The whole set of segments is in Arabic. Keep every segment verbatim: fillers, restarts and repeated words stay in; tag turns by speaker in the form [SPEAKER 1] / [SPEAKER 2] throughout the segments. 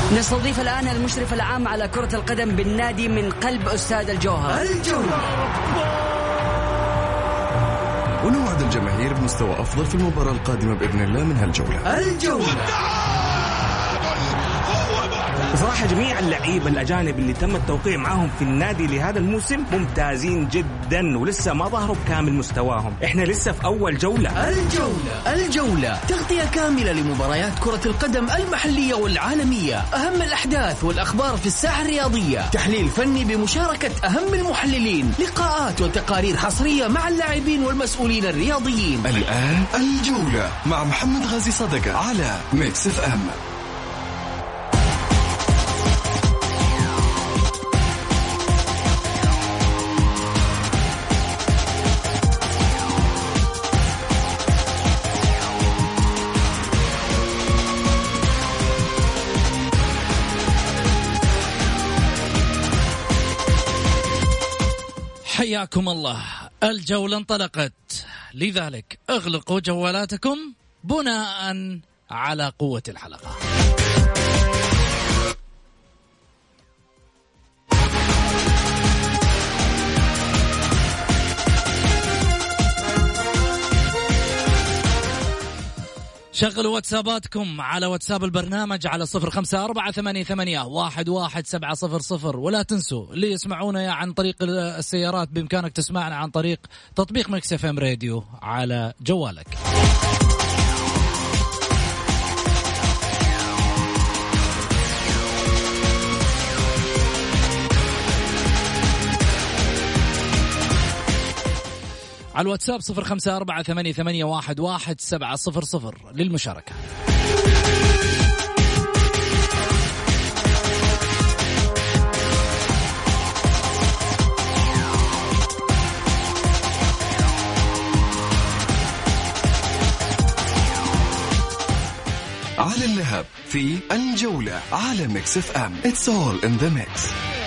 [SPEAKER 1] نستضيف الآن المشرف العام على كرة القدم بالنادي من قلب أستاذ الجوهر. الجولة.
[SPEAKER 2] ونوعد الجماهير بمستوى أفضل في المباراة القادمة بإذن الله من هالجولة.
[SPEAKER 1] الجولة.
[SPEAKER 3] بصراحة جميع اللعيبة الأجانب اللي تم التوقيع معهم في النادي لهذا الموسم ممتازين جدا ولسه ما ظهروا بكامل مستواهم. احنا لسه في أول جولة.
[SPEAKER 4] الجولة. الجولة تغطية كاملة لمباريات كرة القدم المحلية والعالمية، أهم الأحداث والأخبار في الساحة الرياضية، تحليل فني بمشاركة أهم المحللين، لقاءات وتقارير حصرية مع اللاعبين والمسؤولين الرياضيين.
[SPEAKER 2] الآن الجولة مع محمد غازي صدقة على ميكس اف ام.
[SPEAKER 5] حياكم الله. الجولة انطلقت، لذلك اغلقوا جوالاتكم بناء على قوة الحلقة. شغلوا واتساباتكم على واتساب البرنامج على صفر خمسة أربعة ثمانية ثمانية واحد واحد سبعة صفر صفر. ولا تنسوا اللي يسمعونا عن طريق السيارات بإمكانك تسمعنا عن طريق تطبيق ميكس اف ام راديو على جوالك. على الواتساب صفر خمسة أربعة ثمانية ثمانية واحد واحد سبعة صفر صفر للمشاركة.
[SPEAKER 2] على اللهب في الجولة على ميكس اف ام. It's all in the mix.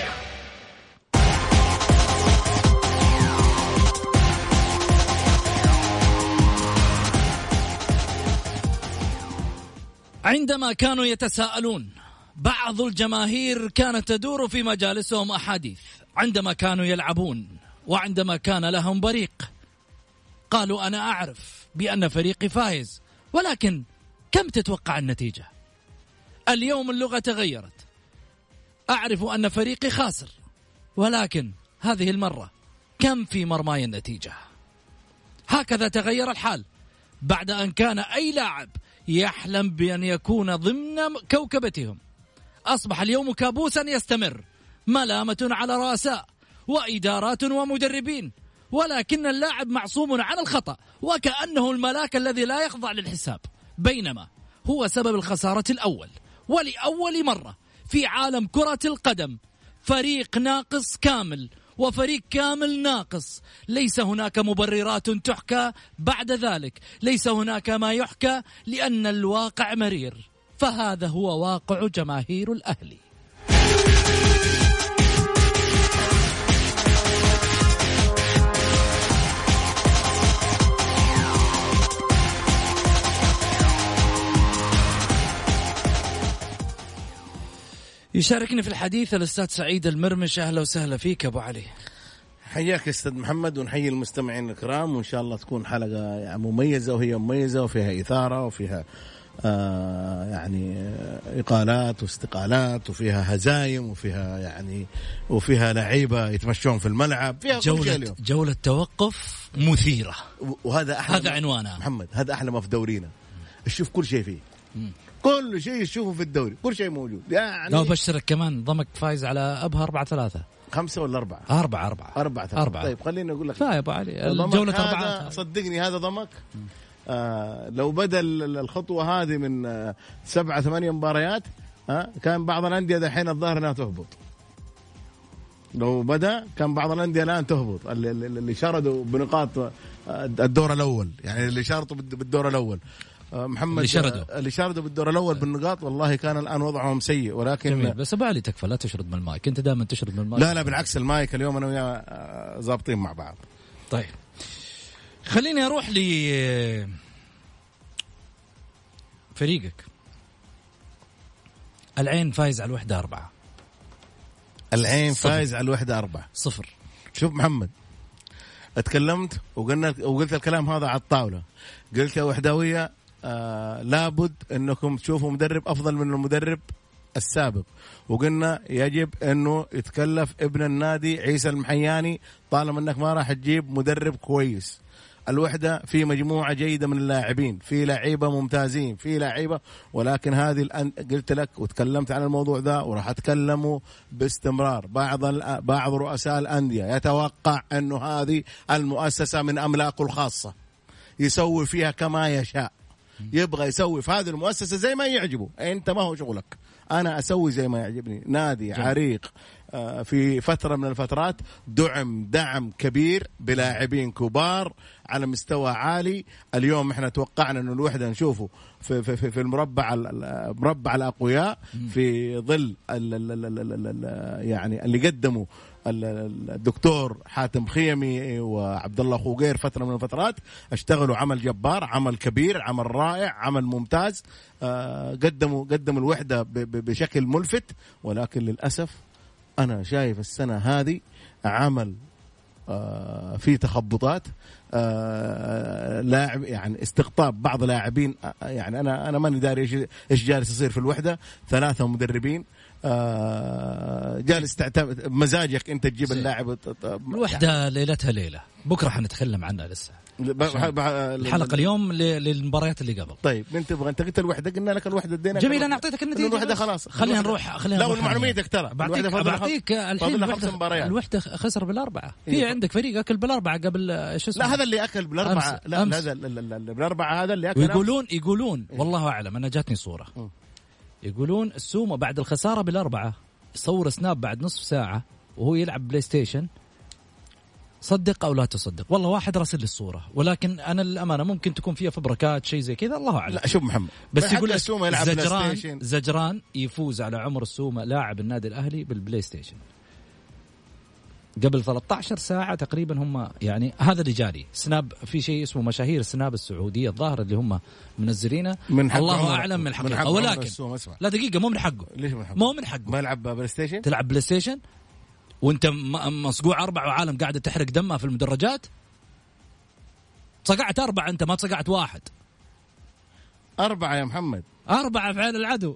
[SPEAKER 5] عندما كانوا يتساءلون بعض الجماهير كانت تدور في مجالسهم أحاديث عندما كانوا يلعبون وعندما كان لهم بريق. قالوا أنا أعرف بأن فريقي فائز، ولكن كم تتوقع النتيجة؟ اليوم اللغة تغيرت، أعرف أن فريقي خاسر، ولكن هذه المرة كم في مرماي النتيجة؟ هكذا تغير الحال بعد أن كان أي لاعب يحلم بأن يكون ضمن كوكبتهم، أصبح اليوم كابوسا يستمر، ملامة على رؤساء وإدارات ومدربين، ولكن اللاعب معصوم عن الخطأ وكأنه الملاك الذي لا يخضع للحساب، بينما هو سبب الخسارة الأول ولأول مرة في عالم كرة القدم. فريق ناقص كامل وفريق كامل ناقص، ليس هناك مبررات تحكى بعد ذلك، ليس هناك ما يحكى لأن الواقع مرير، فهذا هو واقع جماهير الأهلي. يشاركني في الحديث الأستاذ سعيد المرمش. أهلا وسهلا فيك أبو علي.
[SPEAKER 6] حياك أستاذ محمد، ونحيي المستمعين الكرام، وإن شاء الله تكون حلقة يعني مميزة، وهي مميزة وفيها إثارة وفيها آه يعني إقالات واستقالات وفيها هزايم وفيها يعني وفيها لعيبة يتمشون في الملعب، فيها
[SPEAKER 5] جولة, جولة توقف مثيرة،
[SPEAKER 6] وهذا أحلى
[SPEAKER 5] هذا عنوانها
[SPEAKER 6] محمد، هذا أحلى ما في دورينا. شوف كل شيء فيه، كل شيء تشوفه في الدوري، كل شيء موجود. يعني
[SPEAKER 5] لو بشرك كمان ضمك فايز على أبها أربعة ثلاثة
[SPEAKER 6] خمسة ولا أربعة
[SPEAKER 5] أربعة أربعة
[SPEAKER 6] أربعة, أربعة. طيب خليني أقول لك
[SPEAKER 5] لا يا أبو علي، الجولة أربعة
[SPEAKER 6] صدقني هذا ضمك. آه لو بدأ الخطوة هذه من آه سبعة ثمانية مباريات، آه كان بعض الأندية دحين الظاهر أنها تهبط. لو بدأ كان بعض الأندية الآن تهبط، اللي, اللي شردوا بنقاط الدور الأول، يعني اللي شارطوا بالدور الأول محمد،
[SPEAKER 5] اللي شردوا
[SPEAKER 6] اللي شردوا بالدور الأول بالنقاط، والله كان الآن وضعهم سيء. ولكن
[SPEAKER 5] جميل. بس أبو علي تكفى، لا تشرد من المايك، أنت دائما تشرد من المايك.
[SPEAKER 6] لا لا بالعكس، المايك اليوم أنا وياه ضابطين مع بعض.
[SPEAKER 5] طيب خليني أروح لي فريقك العين فايز على الوحدة أربعة.
[SPEAKER 6] العين فايز على الوحدة أربعة
[SPEAKER 5] صفر.
[SPEAKER 6] شوف محمد، اتكلمت وقلنا وقلت الكلام هذا على الطاولة، قلت يا وحداوية آه لابد انكم تشوفوا مدرب افضل من المدرب السابق، وقلنا يجب انه يتكلف ابن النادي عيسى المحياني طالما انك ما راح تجيب مدرب كويس. الوحدة في مجموعة جيدة من اللاعبين، في لاعيبة ممتازين، في لاعيبة، ولكن هذه الأن... قلت لك وتكلمت عن الموضوع ذا وراح أتكلمه باستمرار. بعض ال... بعض رؤساء الأندية يتوقع أنه هذه المؤسسة من أملاكه الخاصة يسوي فيها كما يشاء، يبغى يسوي في هذه المؤسسة زي ما يعجبه. أنت ما هو شغلك، أنا أسوي زي ما يعجبني. نادي عريق في فترة من الفترات دعم دعم كبير بلاعبين كبار على مستوى عالي. اليوم احنا توقعنا انه الوحدة نشوفه في في في المربع مربع الأقوياء في ظل ال ال ال ال يعني اللي قدموا الدكتور حاتم خيمي وعبد الله خوغير فترة من الفترات. اشتغلوا عمل جبار، عمل كبير، عمل رائع، عمل ممتاز. قدموا قدموا الوحدة بشكل ملفت، ولكن للأسف أنا شايف السنة هذه عمل آه في تخبطات، آه لاعب يعني استقطاب بعض لاعبين. آه يعني أنا أنا ماني داري إيش إيش جالس يصير في الوحدة. ثلاثة مدربين آه جالس تعتمد مزاجك أنت تجيب اللاعب.
[SPEAKER 5] الوحدة يعني ليلتها ليلة، بكرة حنتكلم عنها لسه الحلقة اليوم للمباريات اللي قبل.
[SPEAKER 6] طيب انت تبغى، انت قلت الوحده، قلنا لك الوحده ادينا
[SPEAKER 5] جميل. انا اعطيتك النتيجه،
[SPEAKER 6] الوحده خلاص.
[SPEAKER 5] خلينا نروح خلينا
[SPEAKER 6] لا والمعلوميتك ترى
[SPEAKER 5] بعطيك بعطيك الحين الوحده خسر بالاربعه. في عندك فريق اكل بالاربعه قبل ايش اسمه؟
[SPEAKER 6] لا هذا اللي اكل بالاربعه. لا هذا بالاربعه هذا اللي اكل.
[SPEAKER 5] يقولون يقولون والله اعلم، انا جاتني صوره يقولون السومه بعد الخساره بالاربعه يصور سناب بعد نصف ساعه وهو يلعب بلاي ستيشن. صدق أو لا تصدق، والله واحد راسل لي الصورة، ولكن أنا الأمانة ممكن تكون فيها فبركات شيء زي كذا، الله أعلم.
[SPEAKER 6] لا شوف محمد،
[SPEAKER 5] بس يقول السومة يلعب زجران زجران يفوز على عمر السومة لاعب النادي الأهلي بالبلاي ستيشن قبل ثلاثة عشر ساعة تقريبا. هم يعني هذا اللي جاري سناب، في شيء اسمه مشاهير السناب السعودية الظاهر اللي هم منزلينه، الله أعلم من الحقيقة. ولكن لا دقيقة، مو من حقه.
[SPEAKER 6] ليش من حقه؟
[SPEAKER 5] مو من حقه.
[SPEAKER 6] ما يلعب بلاي ستيشن؟
[SPEAKER 5] تلعب بلاي ستيشن وانت مصقوع أربع وعالم قاعدة تحرق دمها في المدرجات. صقعت أربعة، انت ما صقعت واحد.
[SPEAKER 6] أربعة يا محمد،
[SPEAKER 5] أربعة في عين العدو.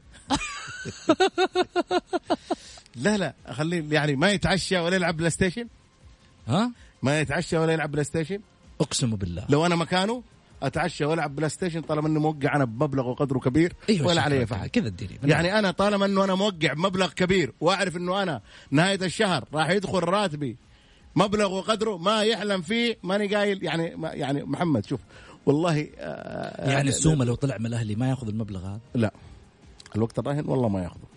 [SPEAKER 6] لا لا خليه يعني ما يتعشى ولا يلعب بلاي ستيشن.
[SPEAKER 5] ها
[SPEAKER 6] ما يتعشى ولا يلعب بلاي ستيشن.
[SPEAKER 5] أقسم بالله
[SPEAKER 6] لو أنا مكانه أتعشى والعب بلاي ستيشن طالما إنه موقع أنا بمبلغ وقدره كبير.
[SPEAKER 5] أيوة
[SPEAKER 6] ولا عليه فعل
[SPEAKER 5] كذا الديري.
[SPEAKER 6] يعني أنا طالما إنه أنا موقع بمبلغ كبير وأعرف إنه أنا نهاية الشهر راح يدخل راتبي مبلغ وقدره ما يحلم فيه، ماني قايل يعني يعني محمد شوف والله
[SPEAKER 5] آه يعني السومة لو طلع من الأهلي ما يأخذ المبلغ هذا.
[SPEAKER 6] لا الوقت الراهن والله ما يأخذه.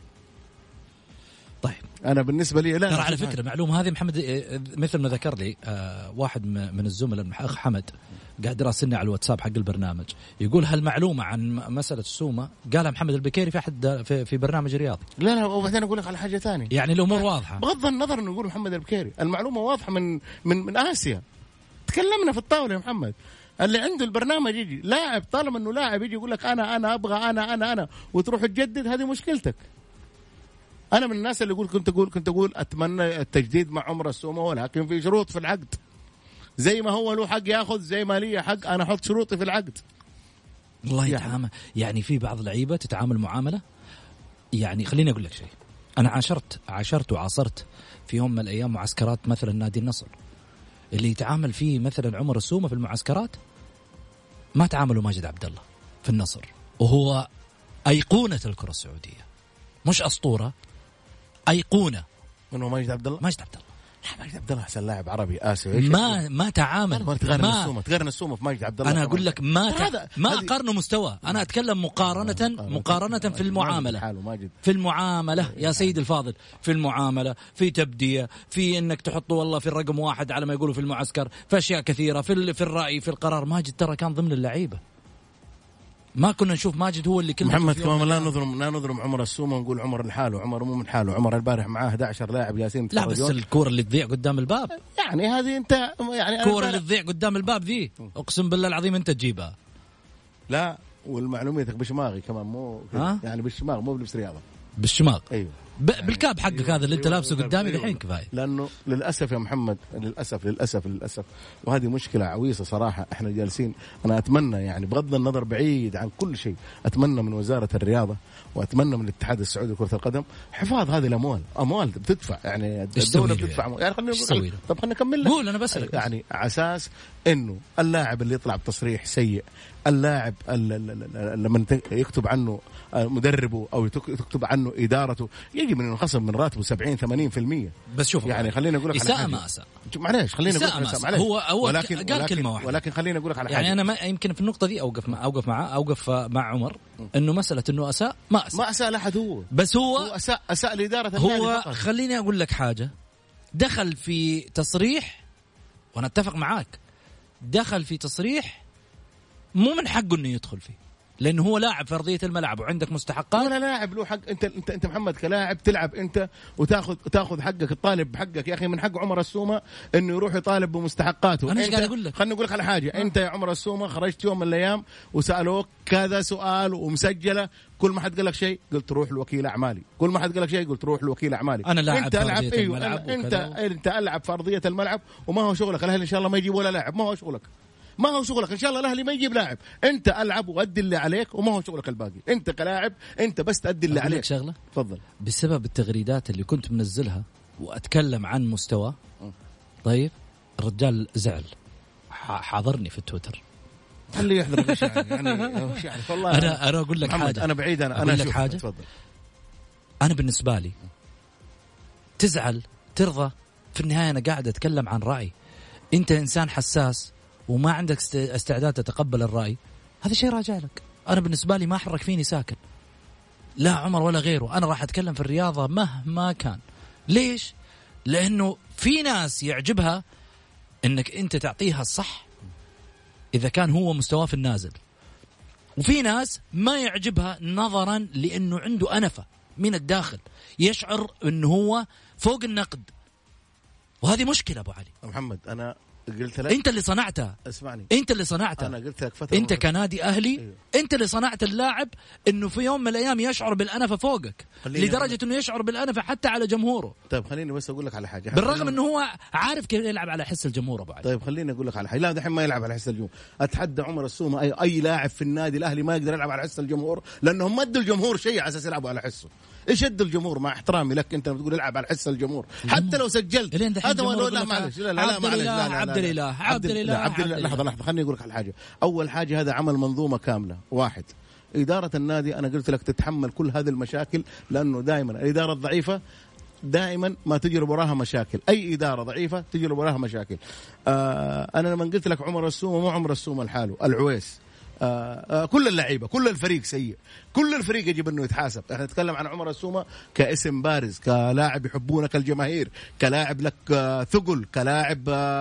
[SPEAKER 5] طيب
[SPEAKER 6] أنا بالنسبة لي لا.
[SPEAKER 5] ترى على فكرة معلومة هذه محمد مثل ما ذكر لي آه واحد من الزملاء الأخ حمد قاعد يراسلني على الواتساب حق البرنامج، يقول هالمعلومة عن مسألة السومة قالها محمد البكيري في أحد في, في برنامج رياضي.
[SPEAKER 6] لا لا وبعدين أقول لك على حاجة ثانية،
[SPEAKER 5] يعني الأمور واضحة
[SPEAKER 6] بغض النظر إنه يقول محمد البكيري، المعلومة واضحة من من من آسيا. تكلمنا في الطاولة يا محمد، اللي عنده البرنامج يجي لاعب طالما إنه لاعب يجي يقول لك أنا أنا أبغى أنا أنا أنا وتروح تجدد، هذه مشكلتك. أنا من الناس اللي يقول كنت أقول كنت أقول أتمنى التجديد مع عمر السومة، ولكن في شروط في العقد. زي ما هو له حق ياخذ زي ما لي حق، أنا أحط شروطي في العقد.
[SPEAKER 5] والله يعني. يتعامل يعني في بعض اللعيبة تتعامل معاملة، يعني خليني أقول لك شيء، أنا عاشرت عاشرت وعاصرت في يوم من الأيام معسكرات مثلا نادي النصر اللي يتعامل فيه مثلا عمر السومة في المعسكرات ما تعاملوا ماجد عبد الله في النصر، وهو أيقونة الكرة السعودية، مش أسطورة، أيقونة.
[SPEAKER 6] منو ماجد عبد الله؟
[SPEAKER 5] ماجد عبد الله
[SPEAKER 6] لا ماجد عبد الله أحسن لاعب عربي آسيوي.
[SPEAKER 5] ما ما تعامل
[SPEAKER 6] ما تقارن السومة تقارن السومة في ماجد عبد الله.
[SPEAKER 5] أنا أقول لك ما ت... ما أقارنه مستوى، أنا أتكلم مقارنة آه آه مقارنة في المعاملة في المعاملة يا سيد الفاضل، في المعاملة، في تبدية، في إنك تحطه والله في الرقم واحد على ما يقولوا في المعسكر، في أشياء كثيرة، في في الرأي، في القرار. ماجد ترى كان ضمن اللعيبة، ما كنا نشوف ماجد هو اللي كل
[SPEAKER 6] محمد كمان لا نظلم لا نظلم عمر السومة ونقول عمر لحاله، عمر مو من حاله، عمر البارح معاه أحد عشر لاعب جالسين.
[SPEAKER 5] لا بس الكورة اللي تضيع قدام الباب
[SPEAKER 6] يعني هذه انت يعني
[SPEAKER 5] الكورة اللي تضيع قدام الباب ذي اقسم بالله العظيم انت تجيبها.
[SPEAKER 6] لا والمعلوميتك بشماغي كمان مو يعني بالشماغ مو بلبس رياضه
[SPEAKER 5] بالشماغ.
[SPEAKER 6] ايوه
[SPEAKER 5] بالكاب حقك أيوة. هذا اللي انت لابسه قدامي الحين أيوة. كفايه.
[SPEAKER 6] لانه للاسف يا محمد للاسف للاسف للاسف وهذه مشكله عويصه صراحه. احنا جالسين انا اتمنى يعني بغض النظر بعيد عن كل شيء اتمنى من وزاره الرياضه واتمنى من الاتحاد السعودي لكره القدم حفاظ هذه الاموال. اموال بتدفع يعني الدوله بتدفع أموال. يعني خلينا نقول طب خلينا نكمل
[SPEAKER 5] قول انا بسألك
[SPEAKER 6] يعني على اساس انه اللاعب اللي يطلع بتصريح سيء اللاعب لما يكتب عنه مدربه او تكتب عنه ادارته يجب انه ينخصم من راتبه سبعين ثمانين بالمية.
[SPEAKER 5] بس شوف
[SPEAKER 6] يعني خلينا نقول لك
[SPEAKER 5] اساءة ما اساء
[SPEAKER 6] معليش خلينا نقول لك معليش
[SPEAKER 5] هو هو
[SPEAKER 6] ولكن
[SPEAKER 5] قال
[SPEAKER 6] ولكن
[SPEAKER 5] كلمه واحده
[SPEAKER 6] ولكن خلينا نقول لك على
[SPEAKER 5] يعني
[SPEAKER 6] حاجة.
[SPEAKER 5] انا ما يمكن في النقطه دي اوقف مع اوقف مع اوقف مع عمر انه مساله انه اساء ما اساء
[SPEAKER 6] ما اساء لاحد هو
[SPEAKER 5] بس هو,
[SPEAKER 6] هو اساء اساء لاداره
[SPEAKER 5] هو خليني اقول لك حاجه دخل في تصريح وانا اتفق معاك دخل في تصريح مو من حقه انه يدخل فيه لأنه هو لاعب في أرضية الملعب وعندك مستحقات.
[SPEAKER 6] ولا لاعب له حق. أنت أنت أنت محمد كلاعب تلعب أنت وتأخذ تأخذ حقك الطالب بحقك يا أخي. من حق عمر السومة إنه يروح يطالب بمستحقاته.
[SPEAKER 5] أنا إيش قاعد أقول لك؟
[SPEAKER 6] خلني أقول لك على حاجة. أه. أنت يا عمر السومة خرجت يوم من الأيام وسألوك كذا سؤال ومسجلة كل ما حد قال لك شيء قلت روح لوكيل أعمالي. كل ما حد قال لك شيء قلت روح لوكيل أعمالي.
[SPEAKER 5] أنا لاعب
[SPEAKER 6] أنت
[SPEAKER 5] في
[SPEAKER 6] ألعب
[SPEAKER 5] أرضية
[SPEAKER 6] أيوه
[SPEAKER 5] الملعب
[SPEAKER 6] أنت أنت ألعب في أرضية الملعب وما هو شغلك. الأهلي إن شاء الله ما يجيب ولا لاعب ما هو شغلك. ما هو شغلك إن شاء الله الأهلي ما يجيب لاعب. أنت ألعب وأدي اللي عليك وما هو شغلك الباقي. أنت كلاعب أنت بس تأدي اللي عليك.
[SPEAKER 5] شغلة
[SPEAKER 6] تفضل.
[SPEAKER 5] بسبب التغريدات اللي كنت منزلها وأتكلم عن مستوى طيب الرجال زعل حاضرني في التويتر.
[SPEAKER 6] خليه يحضر وش يعني يعني وش يعني والله
[SPEAKER 5] أنا أنا أقول لك حاجة.
[SPEAKER 6] أنا بعيد أنا
[SPEAKER 5] أقول لك حاجة.
[SPEAKER 6] تفضل.
[SPEAKER 5] أنا بالنسبة لي تزعل ترضى في النهاية أنا قاعد أتكلم عن رأي. أنت إنسان حساس وما عندك استعداد تتقبل الرأي هذا شيء راجع لك. أنا بالنسبة لي ما حرك فيني ساكن لا عمر ولا غيره. أنا راح أتكلم في الرياضة مهما كان. ليش؟ لأنه في ناس يعجبها أنك أنت تعطيها الصح إذا كان هو مستواه في النازل وفي ناس ما يعجبها نظرا لأنه عنده أنفة من الداخل يشعر أنه هو فوق النقد وهذه مشكلة أبو علي.
[SPEAKER 6] محمد أنا قلت لك
[SPEAKER 5] انت اللي صنعتها.
[SPEAKER 6] اسمعني
[SPEAKER 5] انت اللي صنعتها.
[SPEAKER 6] انا قلت لك فتره
[SPEAKER 5] انت كنادي اهلي أيوه. انت اللي صنعت اللاعب انه في يوم من الايام يشعر بالانفه فوقك لدرجه انه يشعر بالانفه حتى على جمهوره.
[SPEAKER 6] طيب خليني بس اقول لك على حاجه
[SPEAKER 5] بالرغم انه هو عارف كيف يلعب على حس الجمهور ابو علي.
[SPEAKER 6] طيب خليني اقول لك على حاجه. لا دحين ما يلعب على حس الجمهور. اتحدى عمر السومه اي اي لاعب في النادي الاهلي ما يقدر يلعب على حس الجمهور لانهم مدوا الجمهور شيء على اساس يلعبوا على حسه. ايش ادوا الجمهور مع احترامي لك انت بتقول العب على حس الجمهور حتى لو سجلت
[SPEAKER 5] هذا
[SPEAKER 6] هو لا معلش لا لا معلش لا
[SPEAKER 5] عبد الاله عبد الاله
[SPEAKER 6] عبد الاله لحظه لحظه خليني اقول لك على حاجه. اول حاجه هذا عمل منظومه كامله. واحد اداره النادي انا قلت لك تتحمل كل هذه المشاكل لانه دائما الاداره الضعيفه دائما ما تجرب وراها مشاكل. اي اداره ضعيفه تجرب وراها مشاكل. آه انا لما قلت لك عمر السومه مو عمر السومه لحاله العويس. آه آه كل اللعيبه كل الفريق سيء. كل الفريق يجب انه يتحاسب. احنا نتكلم عن عمر السومه كاسم بارز كلاعب يحبونك الجماهير كلاعب لك آه ثقل كلاعب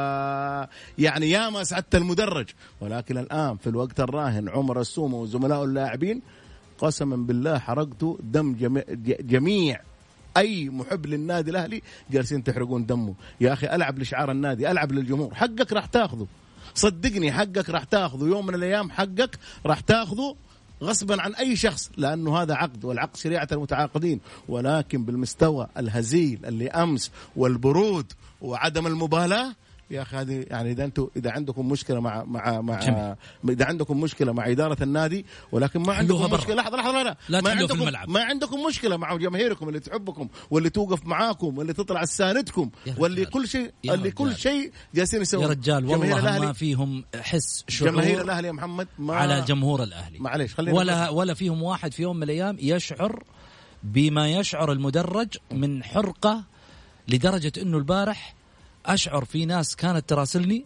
[SPEAKER 6] آه يعني ياما سعدت المدرج. ولكن الان في الوقت الراهن عمر السومه وزملائه اللاعبين قسما بالله حرقتوا دم جميع, جميع اي محب للنادي الاهلي جالسين تحرقون دمه. يا اخي العب لشعار النادي العب للجمهور. حقك راح تاخذه صدقني حقك راح تاخذه يوم من الايام. حقك راح تاخذه غصبا عن اي شخص لانه هذا عقد والعقد شريعه المتعاقدين. ولكن بالمستوى الهزيل اللي امس والبرود وعدم المبالاه يا اخي هذه يعني اذا انتم اذا عندكم مشكله مع مع مع جميل. اذا عندكم مشكله مع اداره النادي ولكن ما عندكم مشكله لحظه لحظه لا لا,
[SPEAKER 5] لا
[SPEAKER 6] ما عندكم
[SPEAKER 5] في الملعب.
[SPEAKER 6] ما عندكم مشكله مع جماهيركم اللي تحبكم واللي توقف معاكم واللي تطلع تساندكم واللي كل شيء اللي
[SPEAKER 5] رجال.
[SPEAKER 6] كل شيء جالسين يسوون.
[SPEAKER 5] يا رجال والله ما فيهم حس شعور
[SPEAKER 6] جماهير الاهلي يا محمد ما
[SPEAKER 5] على جمهور الاهلي
[SPEAKER 6] معليش خلينا
[SPEAKER 5] ولا ولا فيهم واحد في يوم من الايام يشعر بما يشعر المدرج من حرقه لدرجه انه البارح أشعر في ناس كانت تراسلني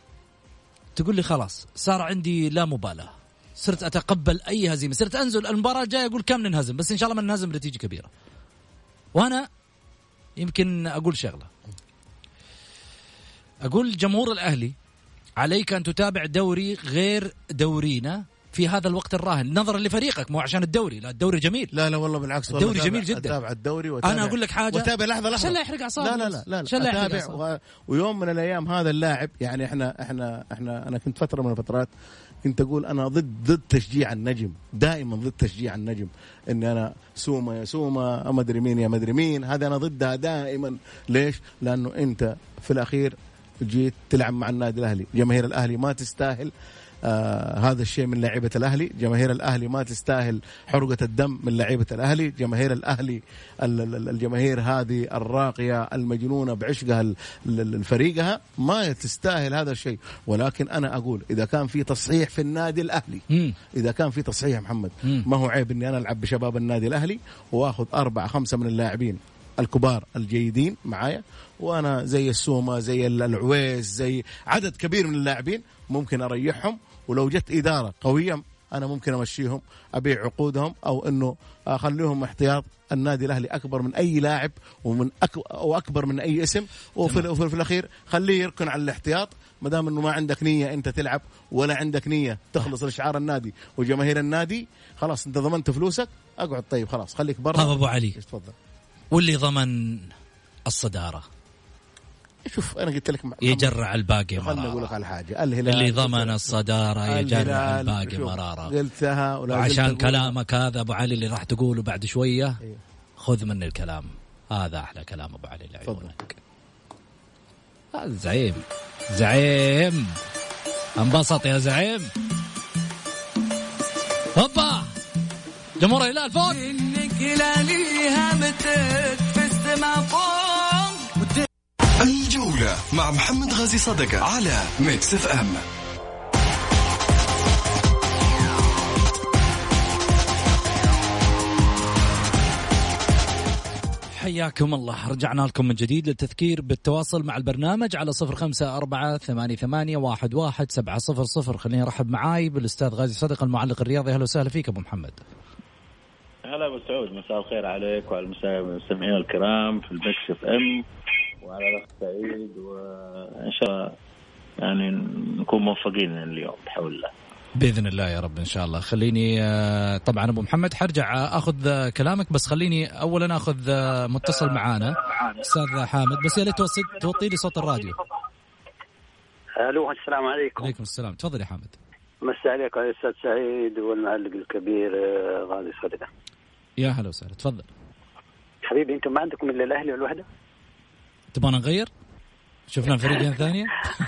[SPEAKER 5] تقول لي خلاص صار عندي لا مبالاة صرت أتقبل أي هزيمة صرت أنزل المباراة الجاية أقول كم ننهزم بس إن شاء الله ما ننهزم بنتيجة كبيرة. وأنا يمكن أقول شغلة أقول جمهور الأهلي عليك أن تتابع دوري غير دورينا في هذا الوقت الراهن نظرا لفريقك مو عشان الدوري. لا الدوري جميل.
[SPEAKER 6] لا لا والله بالعكس
[SPEAKER 5] الدوري جميل جدا.
[SPEAKER 6] أتابع الدوري وتابع
[SPEAKER 5] أنا أقول لك حاجة
[SPEAKER 6] وتابع لحظة لحظة
[SPEAKER 5] عشان لا يحرق أعصابي.
[SPEAKER 6] لا لا لا, لا, لا. أتابع و... ويوم من الأيام هذا اللاعب يعني إحنا إحنا إحنا أنا كنت فترة من الفترات كنت أقول أنا ضد ضد تشجيع النجم، دائما ضد تشجيع النجم، إني أنا سوما يا سوما ما أدري مين يا ما أدري مين، هذا أنا ضدها دائما. ليش؟ لأنه أنت في الأخير جيت تلعب مع النادي الأهلي، جماهير الأهلي ما تستاهل آه هذا الشيء من لعيبة الأهلي، جماهير الأهلي ما تستاهل حرقة الدم من لعيبة الأهلي، جماهير الأهلي الجماهير هذه الراقية المجنونة بعشقها الفريقها ما تستاهل هذا الشيء. ولكن أنا أقول إذا كان في تصحيح في النادي الأهلي م. إذا كان في تصحيح محمد م. ما هو عيب إني أنا ألعب بشباب النادي الأهلي وأخذ أربعة خمسة من اللاعبين الكبار الجيدين معايا، وأنا زي السومة زي العويس زي عدد كبير من اللاعبين ممكن أريحهم، ولو جت إدارة قوية أنا ممكن أمشيهم أبيع عقودهم أو أنه أخليهم احتياط. النادي الأهلي أكبر من أي لاعب ومن أك... وأكبر من أي اسم، وفي, وفي الأخير خليه يركن على الاحتياط ما دام أنه ما عندك نية أنت تلعب ولا عندك نية تخلص لشعار النادي وجماهير النادي، خلاص أنت ضمنت فلوسك أقعد طيب خلاص خليك برا.
[SPEAKER 5] طب أبو علي
[SPEAKER 6] تفضل.
[SPEAKER 5] واللي ضمن الصدارة
[SPEAKER 6] شوف أنا قلت لك
[SPEAKER 5] يجرع الباقي مرارة.
[SPEAKER 6] خلنا أقول لك على حاجة، الهلال
[SPEAKER 5] اللي ضمن الصدارة يجرع الباقي مرارة.
[SPEAKER 6] قلتها
[SPEAKER 5] وعشان كلامك هذا أبو علي اللي راح تقوله بعد شوية إيه؟ خذ من الكلام هذا أحلى كلام أبو علي لعيونك. هذا زعيم زعيم انبسط يا زعيم. هوبا جمهور الهلال فوق
[SPEAKER 7] إنك لاليها متت في السما فوق.
[SPEAKER 2] الجولة مع محمد غازي صدقة على ميكس اف ام.
[SPEAKER 5] حياكم الله، رجعنا لكم من جديد للتذكير بالتواصل مع البرنامج على صفر خمسة أربعة ثمانية ثمانية واحد واحد سبعة صفر صفر. خليني أرحب معاي بالأستاذ غازي صدقة المعلق الرياضي. أهلا وسهلا فيك أبو محمد.
[SPEAKER 8] هلا أبو سعود، مساء الخير عليك وعلى المستمعين الكرام في الميكس اف ام وعلى الأخ سعيد، وإن شاء الله يعني نكون موفقين اليوم بحول الله
[SPEAKER 5] بإذن الله يا رب إن شاء الله. خليني طبعا أبو محمد حرجع أخذ كلامك، بس خليني أولا أخذ متصل معانا أستاذ حامد، بس يا ليت توطي لي صوت الراديو.
[SPEAKER 9] ألو السلام عليكم.
[SPEAKER 5] عليكم السلام، تفضل يا حامد.
[SPEAKER 9] مساء عليك يا أستاذ سعيد والمعلق الكبير غازي صدقة.
[SPEAKER 5] يا هلا وسهلا، تفضل
[SPEAKER 9] حبيبي. أنتم ما عندكم إلا الأهلي والوحدة؟
[SPEAKER 5] تبغى نغير؟ شفنا فريقين ثانية؟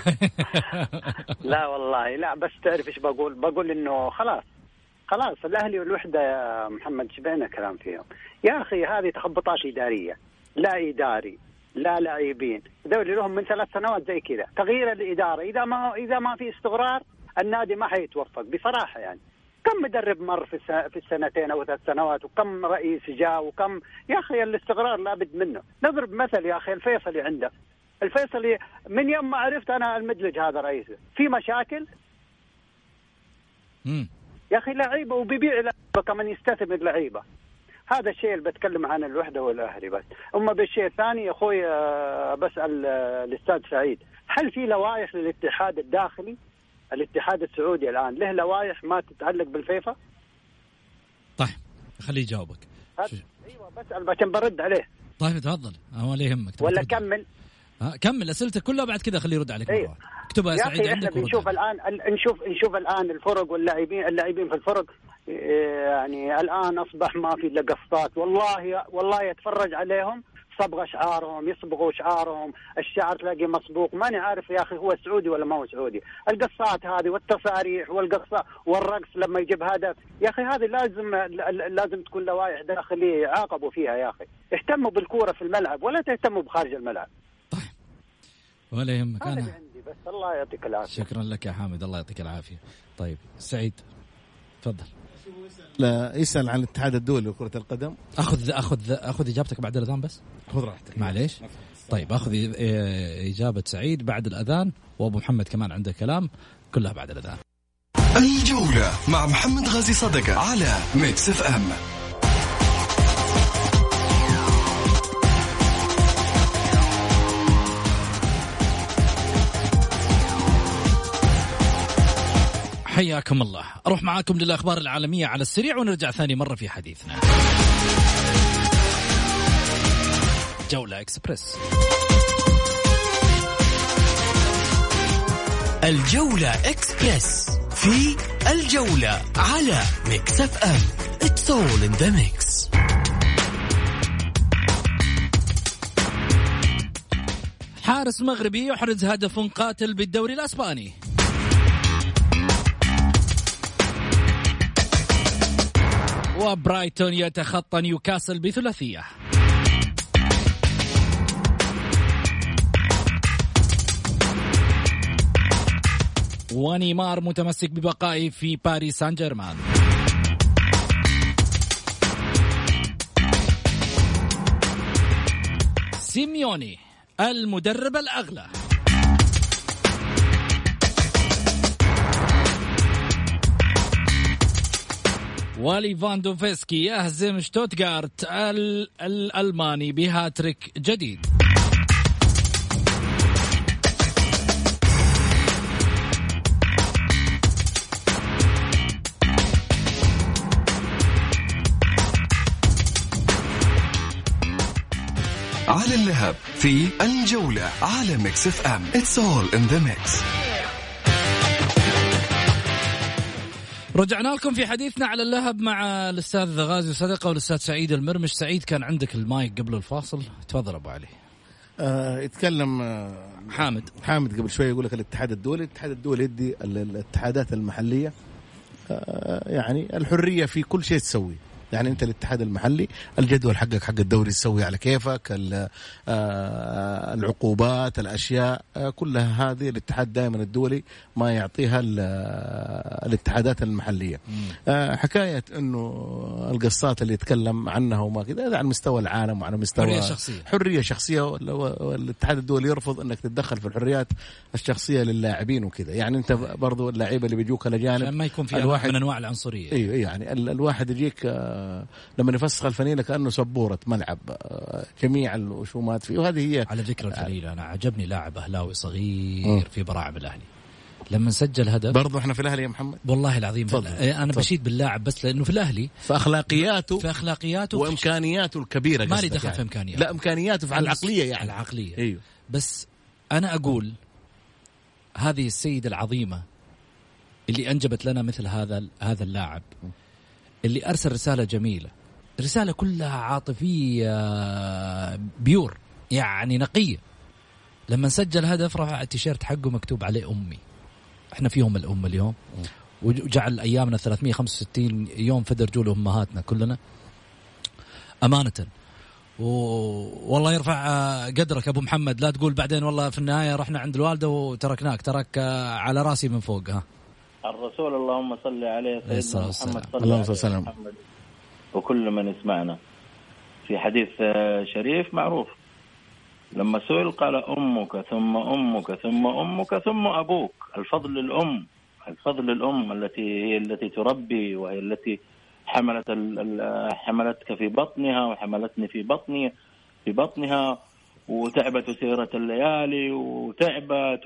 [SPEAKER 9] لا والله لا، بس تعرف إيش بقول؟ بقول إنه خلاص خلاص الأهلي والوحدة يا محمد شبعنا كلام فيهم يا أخي. هذه تخبطات إدارية، لا إداري لا لاعبين، دوري لهم من ثلاث سنوات زي كذا. تغيير الإدارة إذا ما إذا ما في استقرار النادي ما حيتوفق بصراحة. يعني كم مدرب مر في في السنتين أو ثلاث سنوات، وكم رئيس جاء، وكم يا أخي الاستقرار لابد منه. نضرب مثل يا أخي الفيصلي عنده، الفيصلي من يوم ما عرفت أنا المدلج هذا رئيسه في مشاكل
[SPEAKER 5] مم.
[SPEAKER 9] يا أخي لعيبة وبيبيع لعيبة كمان يستثمر لعيبة. هذا الشيء اللي بتكلم عن الوحدة والأهلي. بس أما بالشيء الثاني يا أخوي بسأل الأستاذ سعيد، هل في لوائح للاتحاد الداخلي؟ الاتحاد السعودي الآن له لوائح ما تتعلق بالفيفا؟
[SPEAKER 5] طيب خليه يجاوبك.
[SPEAKER 9] ايوه بسأل عشان برد عليه.
[SPEAKER 5] طيب تفضل، هو لا يهمك
[SPEAKER 9] ولا كمل.
[SPEAKER 5] ها كمل اسئلتك كلها بعد كذا خليه يرد عليك.
[SPEAKER 9] أيوة.
[SPEAKER 5] اكتبها يا سعيد
[SPEAKER 9] عندك. احنا بنشوف الان نشوف نشوف الان الفرق واللاعبين اللاعبين في الفرق، يعني الان اصبح ما في الا قصات. والله والله يتفرج عليهم صبغ شعارهم، يصبغوا شعارهم، الشعر تلاقي مسبوق، ماني عارف يا اخي هو سعودي ولا ما هو سعودي. القصات هذه والتصاريح والقصه والرقص لما يجيب هدف يا اخي، هذه لازم لازم تكون لوائح داخليه يعاقبوا فيها. يا اخي اهتموا بالكوره في الملعب ولا تهتموا بخارج الملعب.
[SPEAKER 5] طيب ولا يهمك.
[SPEAKER 9] انا عندي بس الله يعطيك العافيه.
[SPEAKER 5] شكرا لك يا حامد، الله يعطيك العافيه. طيب سعيد تفضل.
[SPEAKER 6] لا يسأل عن الاتحاد الدولي لكرة القدم.
[SPEAKER 5] أخذ أخذ أخذ إجابتك بعد الأذان بس.
[SPEAKER 6] خذ راحتك
[SPEAKER 5] معليش. طيب أخذ إجابة سعيد بعد الأذان، وأبو محمد كمان عنده كلام، كلها بعد الأذان.
[SPEAKER 2] الجولة مع محمد غازي صدقة على ميكس اف ام.
[SPEAKER 5] حياكم الله. أروح معاكم للأخبار العالمية على السريع ونرجع ثاني مرة في حديثنا. جولة إكسبرس.
[SPEAKER 4] الجولة إكسبرس في الجولة على ميكس اف ام. It's all in the mix.
[SPEAKER 5] حارس مغربي يحرز هدف قاتل بالدوري الأسباني. وبرايتون يتخطى نيوكاسل بثلاثية. ونيمار متمسك ببقائه في باريس سان جيرمان. سيميوني المدرب الأغلى. وليفاندوفسكي يهزم شتوتغارت الألماني بهاتريك جديد.
[SPEAKER 2] على اللهب في الجولة على ميكس اف ام. It's all in the mix.
[SPEAKER 5] رجعنا لكم في حديثنا على اللهب مع الأستاذ غازي صدقة والأستاذ سعيد المرمش. سعيد كان عندك المايك قبل الفاصل، تفضل أبو علي.
[SPEAKER 6] آه يتكلم آه
[SPEAKER 5] حامد
[SPEAKER 6] حامد قبل شوي يقول لك الاتحاد الدولي الاتحاد الدولي يدي الاتحادات المحلية آه يعني الحرية في كل شيء تسوي. يعني أنت الاتحاد المحلي الجدول حقك حق الدوري تسوي على كيفك، العقوبات الأشياء كلها هذه الاتحاد دائما الدولي ما يعطيها الاتحادات المحلية. حكاية إنه القصات اللي يتكلم عنها وما كذا هذا على مستوى العالم وعلى مستوى
[SPEAKER 5] حرية شخصية,
[SPEAKER 6] حرية شخصية والاتحاد الدولي يرفض أنك تتدخل في الحريات الشخصية للاعبين وكذا. يعني أنت برضو اللاعبين اللي بيجوك الأجانب
[SPEAKER 5] ما يكون في الواحد من أنواع العنصرية.
[SPEAKER 6] أيوة يعني الواحد يجيك لما يفسخ الفنيلة كأنه سبورة ملعب جميع الوشومات فيه. وهذه هي
[SPEAKER 5] على ذكر الفنيلة أنا عجبني لاعب أهلاوي صغير م. في براعم الأهلي لما سجل هدف.
[SPEAKER 6] برضو احنا في الأهلي يا محمد
[SPEAKER 5] والله العظيم
[SPEAKER 6] فضل.
[SPEAKER 5] أنا
[SPEAKER 6] فضل.
[SPEAKER 5] بشيد باللاعب بس لأنه في الأهلي
[SPEAKER 6] في أخلاقياته
[SPEAKER 5] في أخلاقياته
[SPEAKER 6] وإمكانياته الكبيرة.
[SPEAKER 5] ما لي دخل
[SPEAKER 6] يعني.
[SPEAKER 5] في إمكانياته
[SPEAKER 6] لا إمكانياته في العقلية يعني
[SPEAKER 5] العقلية
[SPEAKER 6] أيوه.
[SPEAKER 5] بس أنا أقول هذه السيدة العظيمة اللي أنجبت لنا مثل هذا هذا اللاعب اللي أرسل رسالة جميلة، رسالة كلها عاطفية بيور يعني نقية. لما سجل هدف رفع التيشيرت حقه مكتوب عليه أمي. احنا فيهم الأم اليوم وجعل أيامنا ثلاثمية وخمسة وستين يوم في درجول أمهاتنا كلنا أمانة. و... والله يرفع قدرك أبو محمد. لا تقول بعدين والله في النهاية رحنا عند الوالدة وتركناك، ترك على راسي من فوق. ها
[SPEAKER 8] الرسول اللهم صل عليه سيدنا محمد صلى
[SPEAKER 6] الله عليه وسلم
[SPEAKER 8] وكل من يسمعنا. في حديث شريف معروف لما سئل قال أمك ثم أمك ثم أمك ثم أبوك. الفضل الأم، الفضل الأم التي هي التي تربي وهي التي حملت حملتك في بطنها وحملتني في بطني في بطنها وتعبت سيرة الليالي وتعبت